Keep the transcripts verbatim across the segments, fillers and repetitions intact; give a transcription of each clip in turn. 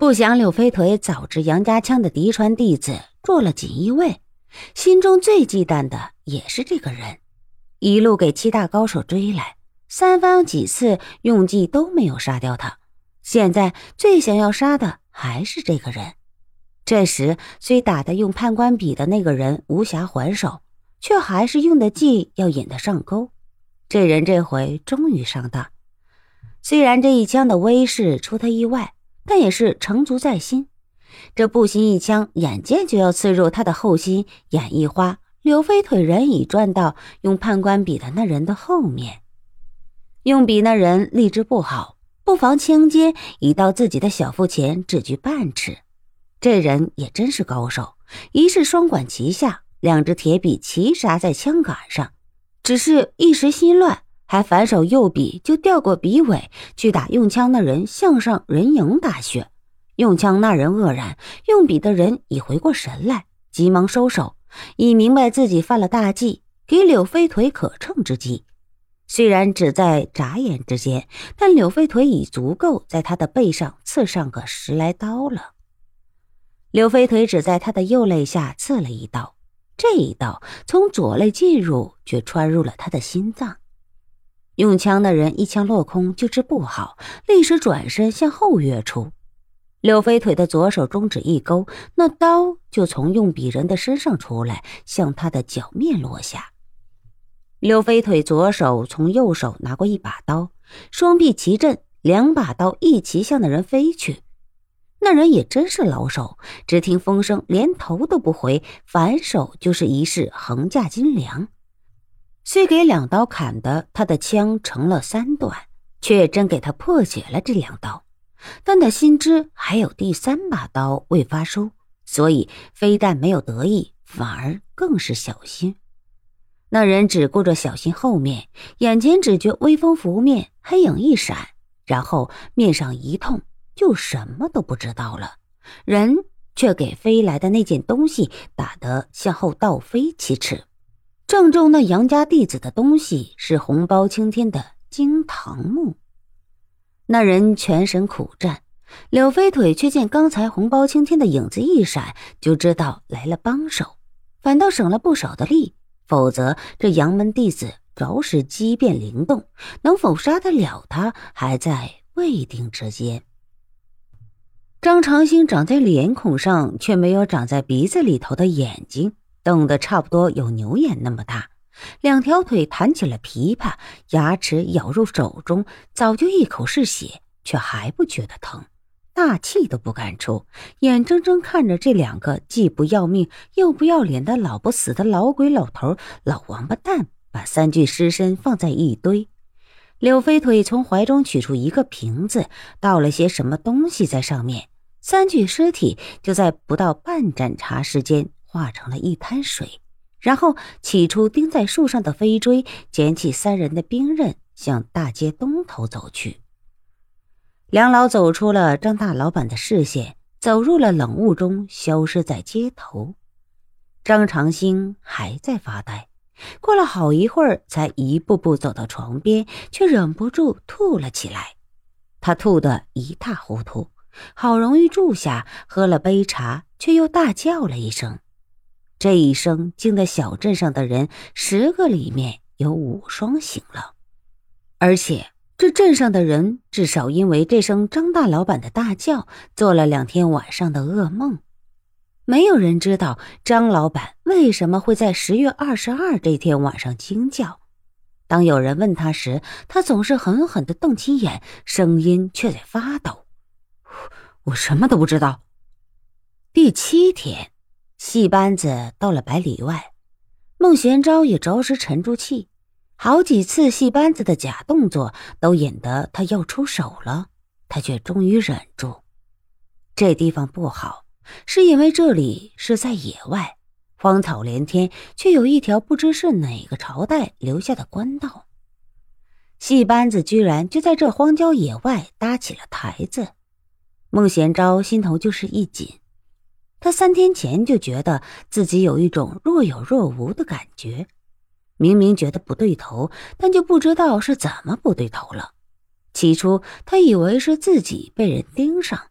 不想柳飞腿早知杨家枪的嫡传弟子做了锦衣卫，心中最忌惮的也是这个人。一路给七大高手追来，三番几次用计都没有杀掉他，现在最想要杀的还是这个人。这时虽打得用判官笔的那个人无暇还手，却还是用的计要引他上钩。这人这回终于上当，虽然这一枪的威势出他意外，但也是成竹在心。这步心一枪眼见就要刺入他的后心，眼一花，柳飞腿人已转到用判官笔的那人的后面。用笔那人力之不好，不妨轻接已到自己的小腹前只距半尺。这人也真是高手，一是双管齐下，两只铁笔齐杀在枪杆上，只是一时心乱，还反手右笔就调过笔尾去打用枪那人向上人影打血。用枪那人愕然，用笔的人已回过神来，急忙收手，已明白自己犯了大忌，给柳飞腿可乘之机。虽然只在眨眼之间，但柳飞腿已足够在他的背上刺上个十来刀了。柳飞腿只在他的右肋下刺了一刀，这一刀从左肋进入，却穿入了他的心脏。用枪的人一枪落空就知不好，立时转身向后跃出。柳飞腿的左手中指一勾，那刀就从用笔人的身上出来，向他的脚面落下。柳飞腿左手从右手拿过一把刀，双臂齐振，两把刀一齐向那人飞去。那人也真是老手，只听风声，连头都不回，反手就是一式横架金梁。虽给两刀砍的他的枪成了三段，却真给他破解了这两刀。但他心知还有第三把刀未发收，所以非但没有得意，反而更是小心。那人只顾着小心后面，眼前只觉微风拂面，黑影一闪，然后面上一痛，就什么都不知道了，人却给飞来的那件东西打得向后倒飞七尺。正中那杨家弟子的东西是红包青天的金堂木。那人全神苦战，柳飞腿却见刚才红包青天的影子一闪，就知道来了帮手，反倒省了不少的力，否则这杨门弟子着实机变灵动，能否杀得了他还在未定之间。张长兴长在脸孔上，却没有长在鼻子里头的眼睛，瞪得差不多有牛眼那么大，两条腿弹起了琵琶，牙齿咬入手中，早就一口是血，却还不觉得疼，大气都不敢出，眼睁睁看着这两个既不要命又不要脸的老不死的老鬼老头老王八蛋把三具尸身放在一堆。柳飞腿从怀中取出一个瓶子，倒了些什么东西在上面，三具尸体就在不到半盏茶时间化成了一滩水，然后起初钉在树上的飞锥，捡起三人的兵刃，向大街东头走去。梁老走出了张大老板的视线，走入了冷雾中，消失在街头。张长兴还在发呆，过了好一会儿才一步步走到床边，却忍不住吐了起来。他吐得一塌糊涂，好容易住下，喝了杯茶，却又大叫了一声。这一声惊得小镇上的人十个里面有五双醒了，而且这镇上的人至少因为这声张大老板的大叫做了两天晚上的噩梦。没有人知道张老板为什么会在十月二十二这天晚上惊叫。当有人问他时，他总是狠狠地瞪起眼，声音却在发抖。我什么都不知道。第七天，戏班子到了百里外，孟玄昭也着实沉住气，好几次戏班子的假动作都引得他要出手了，他却终于忍住。这地方不好，是因为这里是在野外，荒草连天，却有一条不知是哪个朝代留下的官道。戏班子居然就在这荒郊野外搭起了台子，孟玄昭心头就是一紧。他三天前就觉得自己有一种若有若无的感觉，明明觉得不对头，但就不知道是怎么不对头了。起初他以为是自己被人盯上，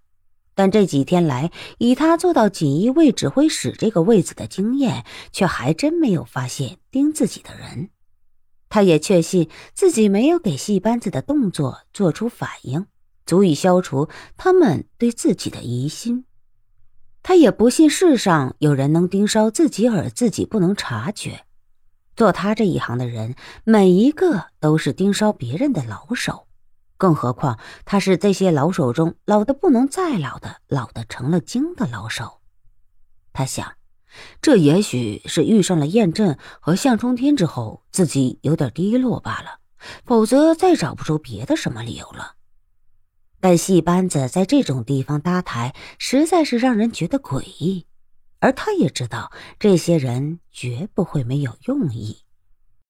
但这几天来，以他做到锦衣卫指挥使这个位子的经验，却还真没有发现盯自己的人。他也确信自己没有给戏班子的动作做出反应，足以消除他们对自己的疑心。他也不信世上有人能盯梢自己而自己不能察觉。做他这一行的人，每一个都是盯梢别人的老手，更何况他是这些老手中老得不能再老的，老得成了精的老手。他想，这也许是遇上了燕震和向冲天之后，自己有点低落罢了，否则再找不出别的什么理由了。但戏班子在这种地方搭台，实在是让人觉得诡异，而他也知道这些人绝不会没有用意。